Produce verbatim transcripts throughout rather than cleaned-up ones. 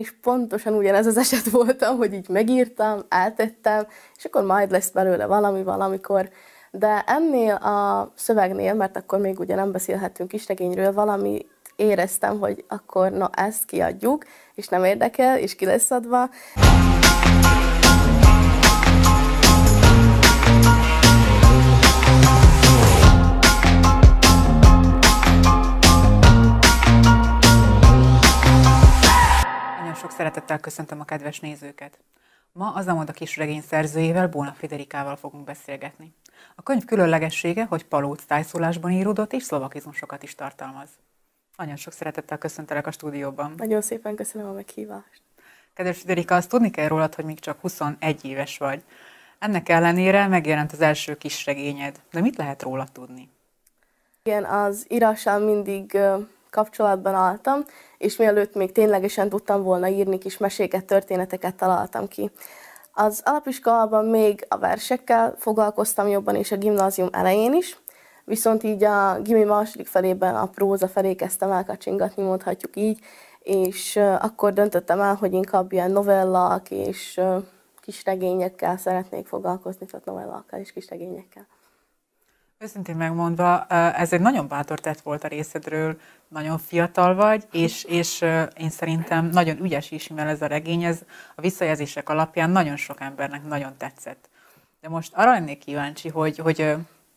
És pontosan ugyanez az eset voltam, hogy így megírtam, eltettem, és akkor majd lesz belőle valami valamikor. De ennél a szövegnél, mert akkor még ugye nem beszélhetünk kisregényről, valami éreztem, hogy akkor na ezt kiadjuk, és nem érdekel, és ki lesz adva. Sok szeretettel köszöntöm a kedves nézőket! Ma az Amoda kisregény szerzőjével, Bóna Friderikával fogunk beszélgetni. A könyv különlegessége, hogy palóc tájszólásban íródott és szlovakizmusokat is tartalmaz. Nagyon sok szeretettel köszöntelek a stúdióban. Nagyon szépen köszönöm a meghívást. Kedves Friderika, azt tudni kell rólad, hogy még csak huszonegy éves vagy. Ennek ellenére megjelent az első kisregényed. De mit lehet róla tudni? Igen, az írással mindig kapcsolatban álltam, és mielőtt még ténylegesen tudtam volna írni, kis meséket, történeteket találtam ki. Az alapiskolában még a versekkel foglalkoztam jobban, és a gimnázium elején is, viszont így a gimi második felében a próza felé kezdtem elkacsingatni, mondhatjuk így, és akkor döntöttem el, hogy inkább ilyen novellák és kisregényekkel szeretnék foglalkozni, tehát novellákkal és kisregényekkel. Őszintén megmondva, ez egy nagyon bátor tett volt a részedről, nagyon fiatal vagy, és, és én szerintem nagyon ügyes is, mivel ez a regény, ez a visszajelzések alapján nagyon sok embernek nagyon tetszett. De most arra lennék kíváncsi, hogy, hogy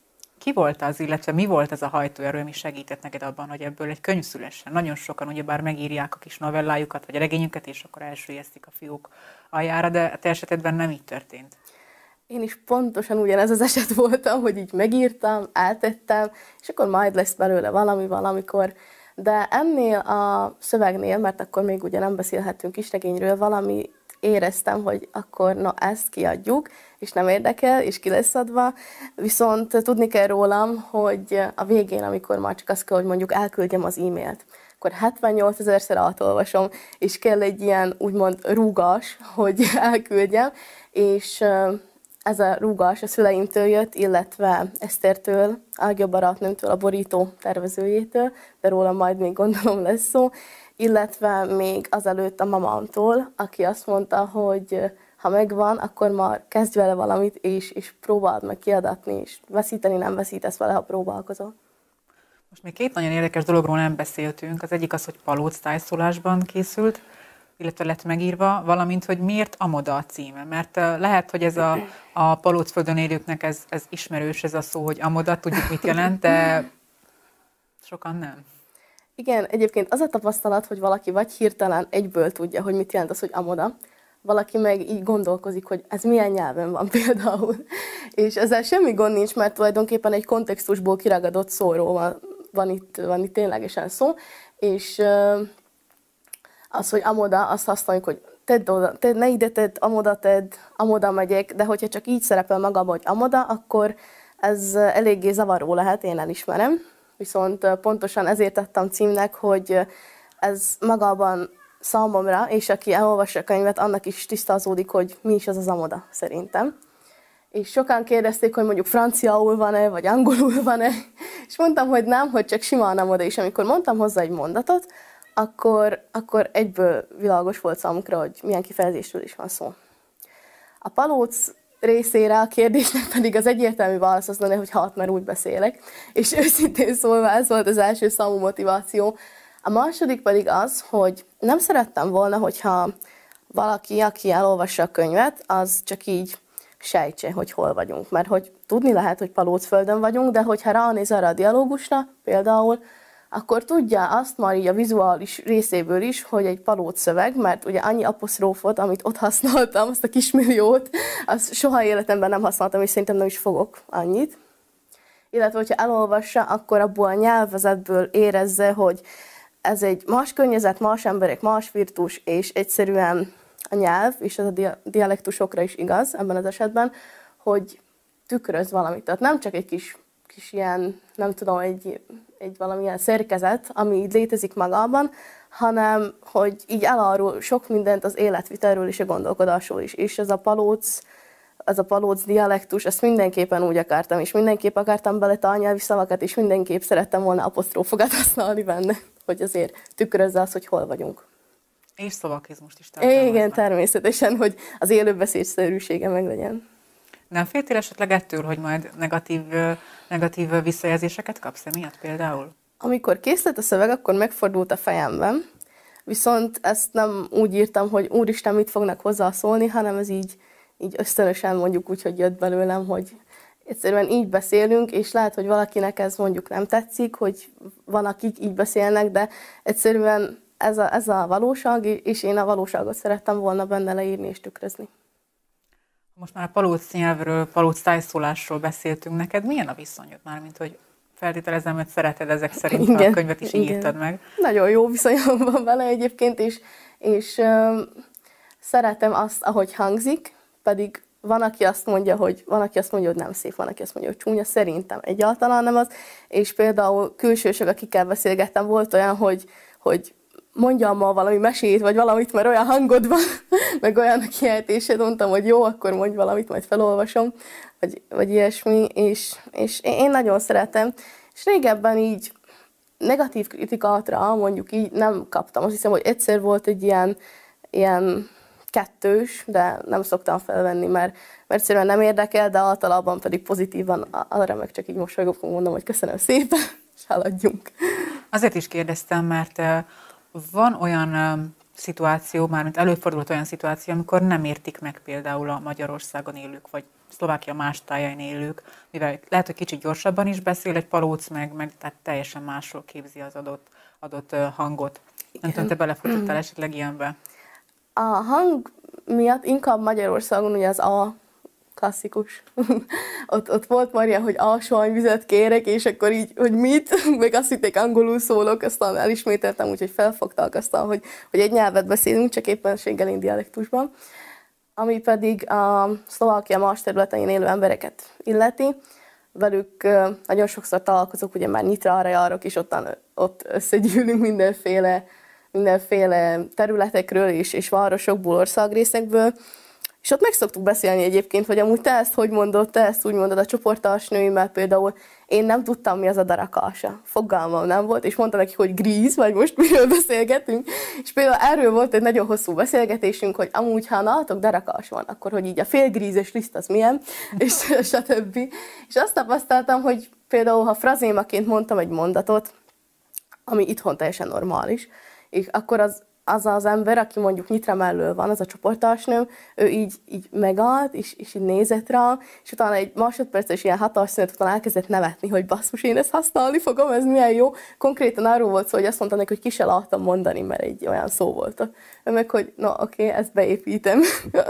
ki volt az, illetve mi volt ez a hajtóerő, ami segített neked abban, hogy ebből egy könyv szülessen. Nagyon sokan ugyebár megírják a kis novellájukat, vagy a regényüket, és akkor elsüllyesztik a fiúk aljára, de a te esetedben nem így történt. Én is pontosan ugyanez az eset voltam, hogy így megírtam, eltettem, és akkor majd lesz belőle valami valamikor. De ennél a szövegnél, mert akkor még ugye nem beszélhetünk kisregényről, valami éreztem, hogy akkor na ezt kiadjuk, és nem érdekel, és ki lesz adva. Viszont tudni kell rólam, hogy a végén, amikor már csak azt kell, hogy mondjuk elküldjem az e-mailt, akkor hetvennyolcezerszer átolvasom, és kell egy ilyen úgymond rúgás, hogy elküldjem, és ez a rúgás a szüleimtől jött, illetve Esztertől, Ágia barátnőmtől, a borító tervezőjétől, de róla majd még gondolom lesz szó, illetve még azelőtt a mamámtól, aki azt mondta, hogy ha megvan, akkor már kezdj vele valamit, és, és próbáld meg kiadatni, és veszíteni nem veszítesz vele, ha próbálkozol. Most még két nagyon érdekes dologról nem beszéltünk. Az egyik az, hogy palóc tájszólásban készült, illetve lett megírva, valamint, hogy miért Amoda a címe. Mert lehet, hogy ez a, a palócföldön élőknek ez, ez ismerős, ez a szó, hogy Amoda, tudjuk mit jelent, de sokan nem. Igen, egyébként az a tapasztalat, hogy valaki vagy hirtelen egyből tudja, hogy mit jelent az, hogy Amoda, valaki meg így gondolkozik, hogy ez milyen nyelven van például. És ezzel semmi gond nincs, mert tulajdonképpen egy kontextusból kiragadott szóról van, van, itt, van itt ténylegesen szó, és az, hogy Amoda, azt használjuk, hogy tedd oda, tedd, ne ide tedd, Amoda tedd, Amoda megyek, de hogyha csak így szerepel magában, hogy Amoda, akkor ez eléggé zavaró lehet, én elismerem. Viszont pontosan ezért tettem címnek, hogy ez magában számomra, és aki elolvassa a könyvet, annak is tisztázódik, hogy mi is az az Amoda, szerintem. És sokan kérdezték, hogy mondjuk franciául van-e, vagy angolul van-e, és mondtam, hogy nem, hogy csak simán Amoda, és amikor mondtam hozzá egy mondatot, Akkor, akkor egyből világos volt számukra, hogy milyen kifejezésről is van szó. A palóc részére a kérdésnek pedig az egyértelmű válasz az lenne, hogy hát, mert úgy beszélek. És őszintén szólva ez volt az első számú motiváció. A második pedig az, hogy nem szerettem volna, hogyha valaki, aki elolvassa a könyvet, az csak így sejtse, hogy hol vagyunk. Mert hogy tudni lehet, hogy Palócföldön vagyunk, de hogyha ránéz arra a dialógusra például, akkor tudja azt már így a vizuális részéből is, hogy egy palóc szöveg, mert ugye annyi aposztrófot, amit ott használtam, azt a kismilliót, azt soha életemben nem használtam, és szerintem nem is fogok annyit. Illetve, hogyha elolvassa, akkor abból a nyelvezetből érezze, hogy ez egy más környezet, más emberek, más virtus, és egyszerűen a nyelv, és ez a dialektusokra is igaz ebben az esetben, hogy tükröz valamit. Tehát nem csak egy kis, kis ilyen, nem tudom, egy... egy valamilyen szerkezet, ami így létezik magában, hanem hogy így elárul sok mindent az életvitelről és a gondolkodásról is. És ez a palóc, az a palóc dialektus, ezt mindenképpen úgy akartam, és mindenképp akartam bele nyelvi szavakat, és mindenképp szerettem volna apostrófokat használni benne, hogy azért tükrözze azt, hogy hol vagyunk. És szavakizmust is tartalmaznak. Igen, természetesen, hogy az élőbeszédszerűsége meg legyen. Nem féltél esetleg ettől, hogy majd negatív, negatív visszajelzéseket kapsz emiatt például? Amikor kész lett a szöveg, akkor megfordult a fejemben, viszont ezt nem úgy írtam, hogy úristen, mit fognak hozzá szólni, hanem ez így, így ösztönösen mondjuk úgy, hogy jött belőlem, hogy egyszerűen így beszélünk, és lehet, hogy valakinek ez mondjuk nem tetszik, hogy van, akik így beszélnek, de egyszerűen ez a, ez a valóság, és én a valóságot szerettem volna benne leírni és tükrözni. Most már a palóc nyelvről, palóc tájszólásról beszéltünk. Neked milyen a viszonyod már, mint hogy feltételezem, hogy szereted ezek szerint, igen, a könyvet is így írtad meg? Nagyon jó viszonyom van vele egyébként, és, és um, szeretem azt, ahogy hangzik, pedig van, aki azt mondja, hogy van, aki azt mondja, hogy nem szép, van, aki azt mondja, hogy csúnya, szerintem egyáltalán nem az, és például külsősök, akikkel beszélgettem, volt olyan, hogy, hogy mondjam ma valami mesét, vagy valamit, mert olyan hangod van, meg olyan kiejtésed, mondtam, hogy jó, akkor mondj valamit, majd felolvasom, vagy, vagy ilyesmi, és, és én nagyon szeretem. És régebben így negatív kritikatra, mondjuk így nem kaptam. Azt hiszem, hogy egyszer volt egy ilyen, ilyen kettős, de nem szoktam felvenni, mert, mert egyszerűen nem érdekel, de általában pedig pozitívan, arra meg csak így mosolygok, mondom, hogy köszönöm szépen, és haladjunk. Azért is kérdeztem, mert van olyan um, szituáció, mármint előfordult olyan szituáció, amikor nem értik meg például a Magyarországon élők, vagy Szlovákia más tájain élők, mivel lehet, hogy kicsit gyorsabban is beszél egy palóc, meg, meg tehát teljesen másról képzi az adott, adott uh, hangot. Igen. Nem tudom, te belefutottál esetleg ilyenbe? A hang miatt inkább Magyarországon ugye az A klasszikus. ott, ott volt Maria, hogy alsóanyvizet kérek, és akkor így, hogy mit, meg azt hitték angolul szólok, aztán elismételtem, úgyhogy felfogtak aztán, hogy, hogy egy nyelvet beszélünk, csak éppenséggel én dialektusban. Ami pedig a Szlovákia más területein élő embereket illeti, velük nagyon sokszor találkozok, ugye már Nitrára járok, és ottan, ott összegyűlünk mindenféle, mindenféle területekről és, és városokból, országrészekből, és ott meg szoktuk beszélni egyébként, hogy amúgy te ezt hogy mondod, te ezt úgy mondod a csoporttársnőimmel például. Én nem tudtam, mi az a darakása. Fogalmam nem volt, és mondta neki, hogy gríz, vagy most miről beszélgetünk. És például erről volt egy nagyon hosszú beszélgetésünk, hogy amúgy, ha nálatok darakás van, akkor hogy így a félgrízes liszt az milyen, és stb. És azt tapasztaltam, hogy például, ha frazémaként mondtam egy mondatot, ami itthon teljesen normális, és akkor az az az ember, aki mondjuk Nyitra mellől van, az a csoporttársnőm, ő így, így megállt, és, és így nézett rá, és utána egy másodperces ilyen hatásszünet után elkezdett nevetni, hogy basszus, én ezt használni fogom, ez milyen jó. Konkrétan arról volt szó, hogy azt mondta neki, hogy ki se láttam mondani, mert egy olyan szó volt. Ő meg, hogy na oké, okay, ezt beépítem.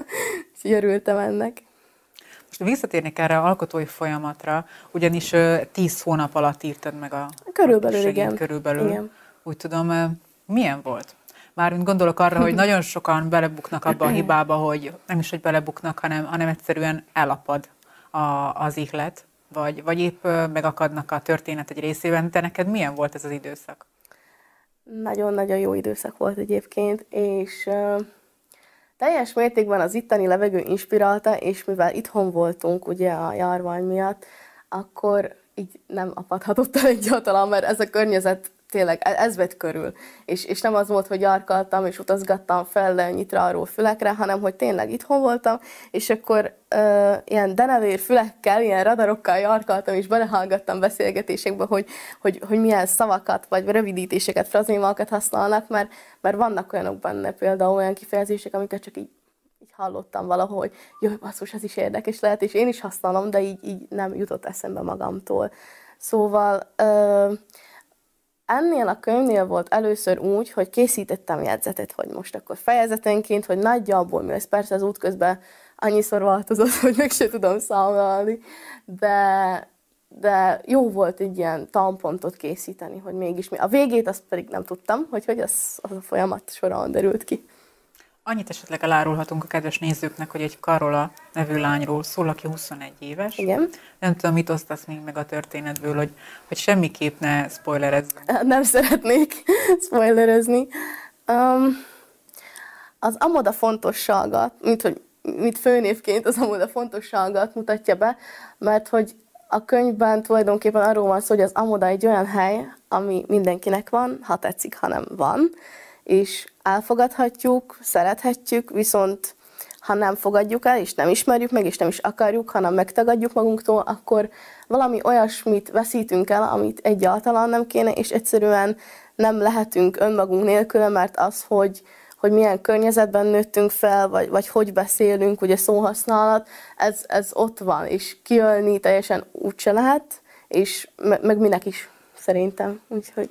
És örültem ennek. Most visszatérnék erre az alkotói folyamatra, ugyanis tíz hónap alatt írtad meg a... Körülbelül, igen. Körülbelül. Igen. Úgy tudom, milyen volt? Mármint gondolok arra, hogy nagyon sokan belebuknak abba a hibába, hogy nem is, hogy belebuknak, hanem, hanem egyszerűen elapad a, az ihlet, vagy, vagy épp megakadnak a történet egy részében. Te neked milyen volt ez az időszak? Nagyon-nagyon jó időszak volt egyébként, és uh, teljes mértékben az itteni levegő inspirálta, és mivel itthon voltunk ugye a járvány miatt, akkor így nem apadhatott el egyáltalán, mert ez a környezet tényleg ez vett körül. És, és nem az volt, hogy járkáltam és utazgattam fel Nyitráról fülekre, hanem hogy tényleg itthon voltam, és akkor uh, ilyen denevér fülekkel, ilyen radarokkal járkáltam, és belehallgattam beszélgetésekbe, hogy, hogy, hogy milyen szavakat, vagy rövidítéseket, frazémákat használnak, mert, mert vannak olyanok benne, például olyan kifejezések, amiket csak így, így hallottam valahol, hogy jó, basszus, ez is érdekes lehet, és én is használom, de így, így nem jutott eszembe magamtól. Szóval... Uh, Ennél a könyvnél volt először úgy, hogy készítettem jegyzetet, hogy most akkor fejezetenként, hogy nagyjából mi lesz. Persze az útközben annyiszor változott, hogy meg se tudom számolni, de, de jó volt egy ilyen tanpontot készíteni, hogy mégis mi. A végét azt pedig nem tudtam, hogy, hogy az, az a folyamat során derült ki. Annyit esetleg elárulhatunk a kedves nézőknek, hogy egy Karola nevű lányról szól, aki huszonegy éves. Igen. Nem tudom, mit osztasz még meg a történetből, hogy, hogy semmiképp ne spoilerezzünk. Nem szeretnék spoilerezni. Um, az Amoda fontosságát, mint hogy mint főnévként az Amoda fontosságát mutatja be, mert hogy a könyvben tulajdonképpen arról van szó, hogy az Amoda egy olyan hely, ami mindenkinek van, ha tetszik, ha nem van, és elfogadhatjuk, szerethetjük, viszont ha nem fogadjuk el, és nem ismerjük meg, és nem is akarjuk, hanem megtagadjuk magunktól, akkor valami olyasmit veszítünk el, amit egyáltalán nem kéne, és egyszerűen nem lehetünk önmagunk nélkül, mert az, hogy, hogy milyen környezetben nőttünk fel, vagy, vagy hogy beszélünk, ugye szóhasználat, ez, ez ott van, és kijölni teljesen úgyse lehet, és me, meg minek is szerintem, úgyhogy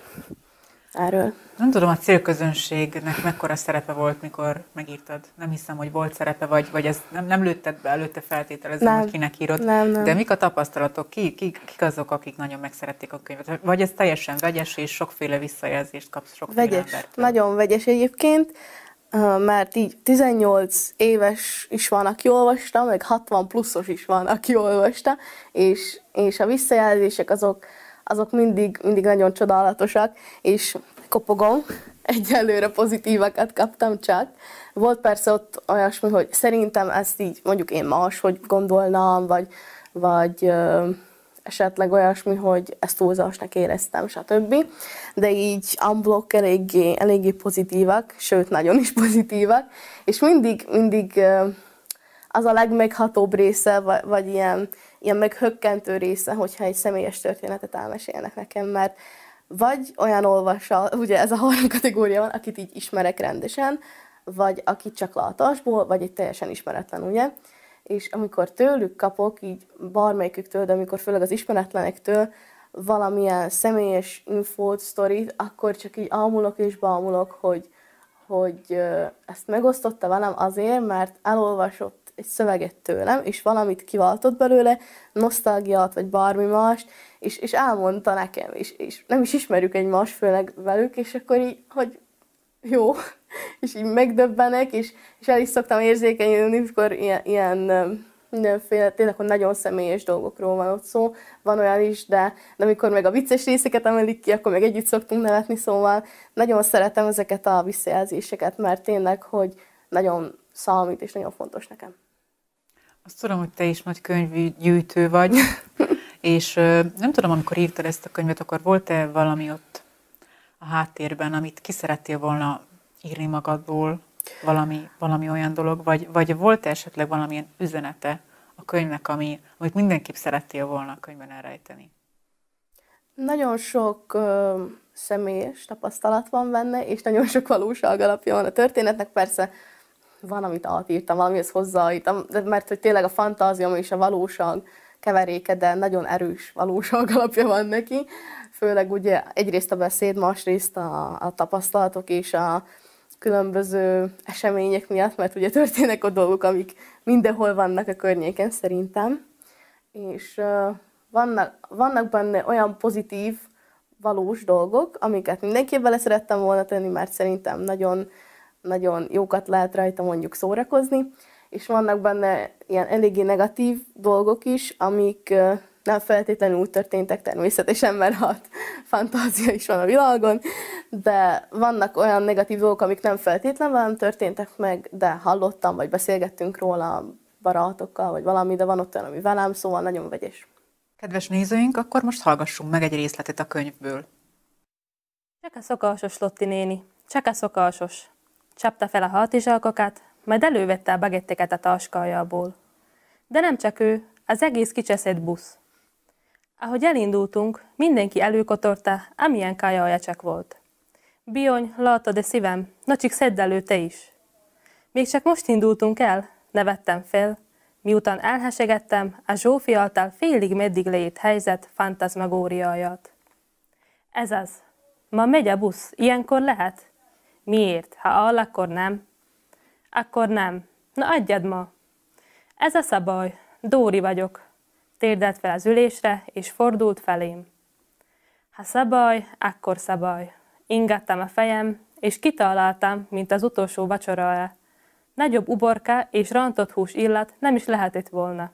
erről. Nem tudom, a célközönségnek mekkora szerepe volt, mikor megírtad. Nem hiszem, hogy volt szerepe, vagy, vagy ez nem, nem lőtted be előtte, feltételezem, nem, hogy kinek írod. Nem, nem. De mik a tapasztalatok? Ki, ki, kik azok, akik nagyon megszerették a könyvet? Vagy ez teljesen vegyes, és sokféle visszajelzést kapsz sokféle Vegyes, embertől? nagyon vegyes egyébként, mert így tizennyolc éves is van, aki olvasta, meg hatvan pluszos is van, aki olvasta, és, és a visszajelzések azok, azok mindig, mindig nagyon csodálatosak, és kopogom, egyelőre pozitívakat kaptam csak. Volt persze ott olyasmi, hogy szerintem ezt így mondjuk én máshogy gondolnám, vagy, vagy ö, esetleg olyasmi, hogy ezt túlzásnak éreztem, stb. De így unblock eléggé, eléggé pozitívak, sőt nagyon is pozitívak, és mindig, mindig ö, az a legmeghatóbb része, vagy, vagy ilyen, ilyen meghökkentő része, hogyha egy személyes történetet elmesélnek nekem, mert vagy olyan olvassa, ugye ez a három kategória van, akit így ismerek rendesen, vagy akit csak látásból, vagy egy teljesen ismeretlen, ugye? És amikor tőlük kapok, így bármelyiküktől, de amikor főleg az ismeretlenektől valamilyen személyes infót, sztorit, akkor csak így ámulok és bámulok, hogy, hogy ezt megosztotta velem azért, mert elolvasott egy szöveget tőlem, és valamit kiváltott belőle, nosztalgiát, vagy bármi mást, és, és elmondta nekem, és, és nem is ismerjük egymást, főleg velük, és akkor így, hogy jó, és így megdöbbenek, és, és el is szoktam érzékenyülni, amikor ilyen, ilyen mindenféle, tényleg, hogy nagyon személyes dolgokról van ott szó, van olyan is, de, de amikor meg a vicces részeket emelik ki, akkor meg együtt szoktunk nevetni, szóval nagyon szeretem ezeket a visszajelzéseket, mert tényleg, hogy nagyon számít, és nagyon fontos nekem. Azt tudom, hogy te is nagy könyvgyűjtő vagy, és nem tudom, amikor írtad ezt a könyvet, akkor volt-e valami ott a háttérben, amit ki szerettél volna írni magadból, valami, valami olyan dolog, vagy, vagy volt-e esetleg valamilyen üzenete a könyvnek, ami, amit mindenképp szerettél volna a könyvben elrejteni? Nagyon sok ö, személyes tapasztalat van benne, és nagyon sok valóság alapja van a történetnek, persze van, amit átírtam, valamihez hozzáírtam, mert hogy tényleg a fantáziam és a valóság keveréke, de nagyon erős valóság alapja van neki. Főleg ugye egyrészt a beszéd, másrészt a, a tapasztalatok és a különböző események miatt, mert ugye történnek a dolgok, amik mindenhol vannak a környéken szerintem. És uh, vannak, vannak benne olyan pozitív, valós dolgok, amiket mindenképp bele szerettem volna tenni, mert szerintem nagyon nagyon jókat lehet rajta mondjuk szórakozni, és vannak benne ilyen eléggé negatív dolgok is, amik nem feltétlenül úgy történtek természetesen, mert hát fantázia is van a világon, de vannak olyan negatív dolgok, amik nem feltétlenül velem történtek meg, de hallottam, vagy beszélgettünk róla barátokkal, vagy valami, de van ott olyan, ami velem, szóval nagyon vegyes. Kedves nézőink, akkor most hallgassunk meg egy részletet a könyvből. Csak a szokásos Lotti néni, csak a szokásos. Csapta fel a hátizsákokat, majd elővette a bagetteket a táskájából. De nem csak ő, az egész kicseszett busz. Ahogy elindultunk, mindenki előkotorta, amilyen kajája csak volt. Biony, látod-e szívem, nacsik szedd elő te is. Még csak most indultunk el, nevettem fel, miután elhesegettem a Zsófi által félig meddig leírt helyzet fantazmagóriáját. Ez az. Ma megy a busz, ilyenkor lehet? Miért? Ha áll, akkor nem. Akkor nem. Na adjad ma. Ez a szabály. Dóri vagyok. Térdelt fel az ülésre, és fordult felém. Ha szabály, akkor szabály. Ingattam a fejem, és kitaláltam, mint az utolsó vacsorára. Nagyobb uborka és rántott hús illat nem is lehetett volna.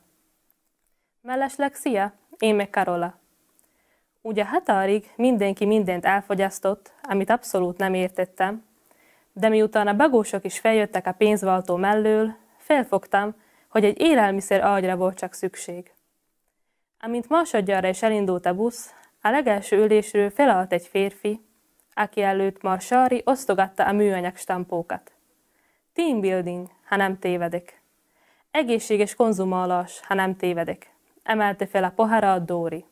Mellesleg szia, én meg Karola. Ugye határig mindenki mindent elfogyasztott, amit abszolút nem értettem, de miután a bagósok is feljöttek a pénzváltó mellől, felfogtam, hogy egy élelmiszer ágyra volt csak szükség. Amint másodjára is elindult a busz, a legelső ülésről felállt egy férfi, aki előtt Marsari osztogatta a műanyag stampókat. Team building, ha nem tévedek. Egészséges konzumálás, ha nem tévedek. Emelte fel a pohara a Dóri.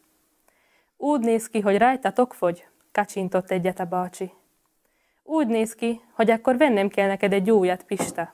Úgy néz ki, hogy rajtatok fogy, kacsintott egyet a bácsi. Úgy néz ki, hogy akkor vennem kell neked egy újat, Pista.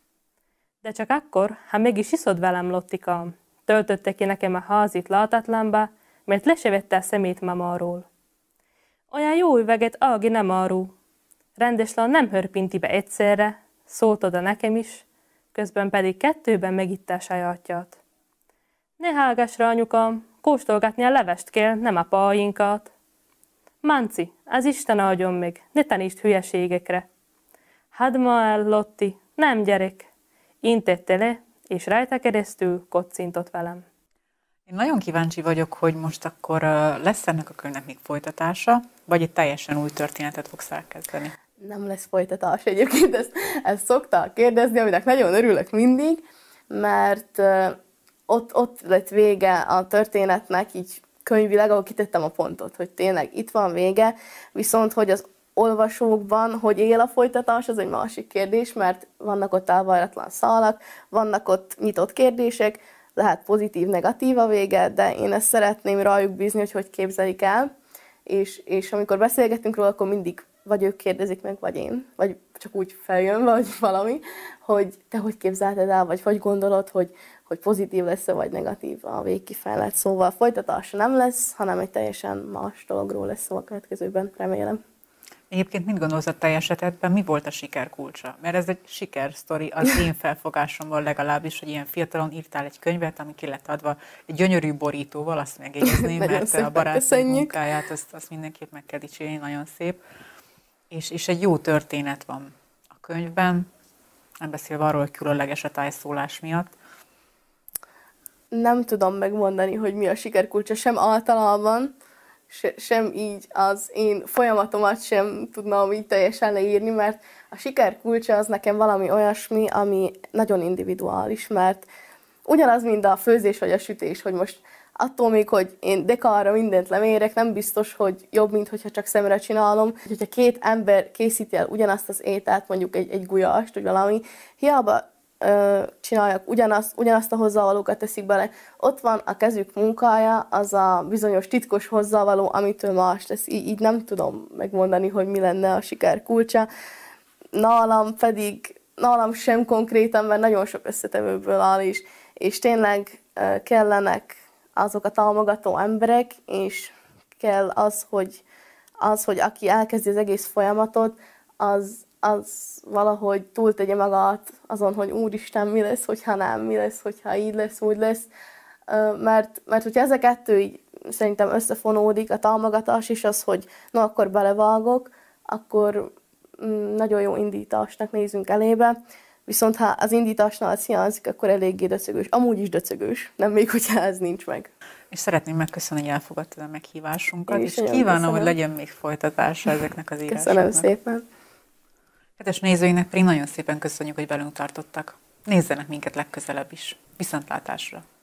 De csak akkor, ha meg is iszod velem, Lottikám, töltötte ki nekem a házit látatlanba, mert le se vette a szemét mamáról. Olyan jó üveget Ági nem árul. Rendeslen nem hörpinti be egyszerre, szólt oda nekem is, közben pedig kettőben megitta a sajátját. Ne hallgass rá, anyukám, kóstolgatni a levest kell, nem a páinkat. Manci, az Isten áldjon meg, ne tanítsd hülyeségekre. Hadd ma el, Lotti, nem gyerek. Intette le, és rajta keresztül kocintott velem. Én nagyon kíváncsi vagyok, hogy most akkor lesz ennek a könyvnek még folytatása, vagy egy teljesen új történetet fogsz elkezdeni? Nem lesz folytatás egyébként, ezt, ezt szokták kérdezni, aminek nagyon örülök mindig, mert ott, ott lett vége a történetnek, így könyvileg, ahol kitettem a pontot, hogy tényleg itt van vége, viszont hogy az olvasókban, hogy él a folytatás, az egy másik kérdés, mert vannak ott elvajratlan szálak, vannak ott nyitott kérdések, lehet pozitív, negatív a vége, de én ezt szeretném rájuk bízni, hogy hogy képzelik el, és, és amikor beszélgetünk róla, akkor mindig vagy ők kérdezik meg, vagy én, vagy csak úgy feljön, vagy valami, hogy te hogy képzelted el, vagy hogy gondolod, hogy, hogy pozitív lesz-e, vagy negatív a végkifejlet. Szóval folytatása nem lesz, hanem egy teljesen más dologról lesz szó a következőben, remélem. Egyébként mit gondolsz a te esetedben, mi volt a siker kulcsa? Mert ez egy sikersztori az én felfogásomban legalábbis, hogy ilyen fiatalon írtál egy könyvet, ami ki lett adva egy gyönyörű borítóval, azt megjegyezném, mert a barátom munkáját azt, azt mindenképp meg kell dicsérni, nagyon szép. És, és egy jó történet van a könyvben, nem beszélve arról, hogy különleges a tájszólás miatt. Nem tudom megmondani, hogy mi a sikerkulcsa, sem általában, se, sem így az én folyamatomat sem tudnám így teljesen leírni, mert a sikerkulcsa az nekem valami olyasmi, ami nagyon individuális, mert ugyanaz, mint a főzés vagy a sütés, hogy most attól még, hogy én dekarra mindent lemérek, nem biztos, hogy jobb, mint hogyha csak szemre csinálom. Hogyha két ember készíti el ugyanazt az ételt, mondjuk egy, egy gulyást, vagy valami, hiába ö, csináljak ugyanazt, ugyanazt a hozzávalókat teszik bele. Ott van a kezük munkája, az a bizonyos titkos hozzávaló, amitől más lesz. Így, így nem tudom megmondani, hogy mi lenne a siker kulcsa. Nálam pedig, nálam sem konkrétan, mert nagyon sok összetevőből áll is, és tényleg ö, kellenek azok a támogató emberek, és kell az, hogy, az, hogy aki elkezdi az egész folyamatot, az, az valahogy túltegye magát azon, hogy úristen, mi lesz, hogyha nem, mi lesz, hogyha így lesz, úgy lesz. Mert, mert hogyha ez a kettő így szerintem összefonódik, a támogatás és az, hogy na, akkor belevágok, akkor nagyon jó indításnak nézünk elébe. Viszont ha az indításnál az hiányzik, akkor eléggé döcögős. Amúgy is döcögős, nem még, hogyha ez nincs meg. És szeretném megköszönni, hogy elfogadtad a meghívásunkat, és kívánom, köszönöm. hogy legyen még folytatása ezeknek az írásoknak. Köszönöm szépen. Kedves nézőinknek pedig nagyon szépen köszönjük, hogy velünk tartottak. Nézzenek minket legközelebb is. Viszontlátásra!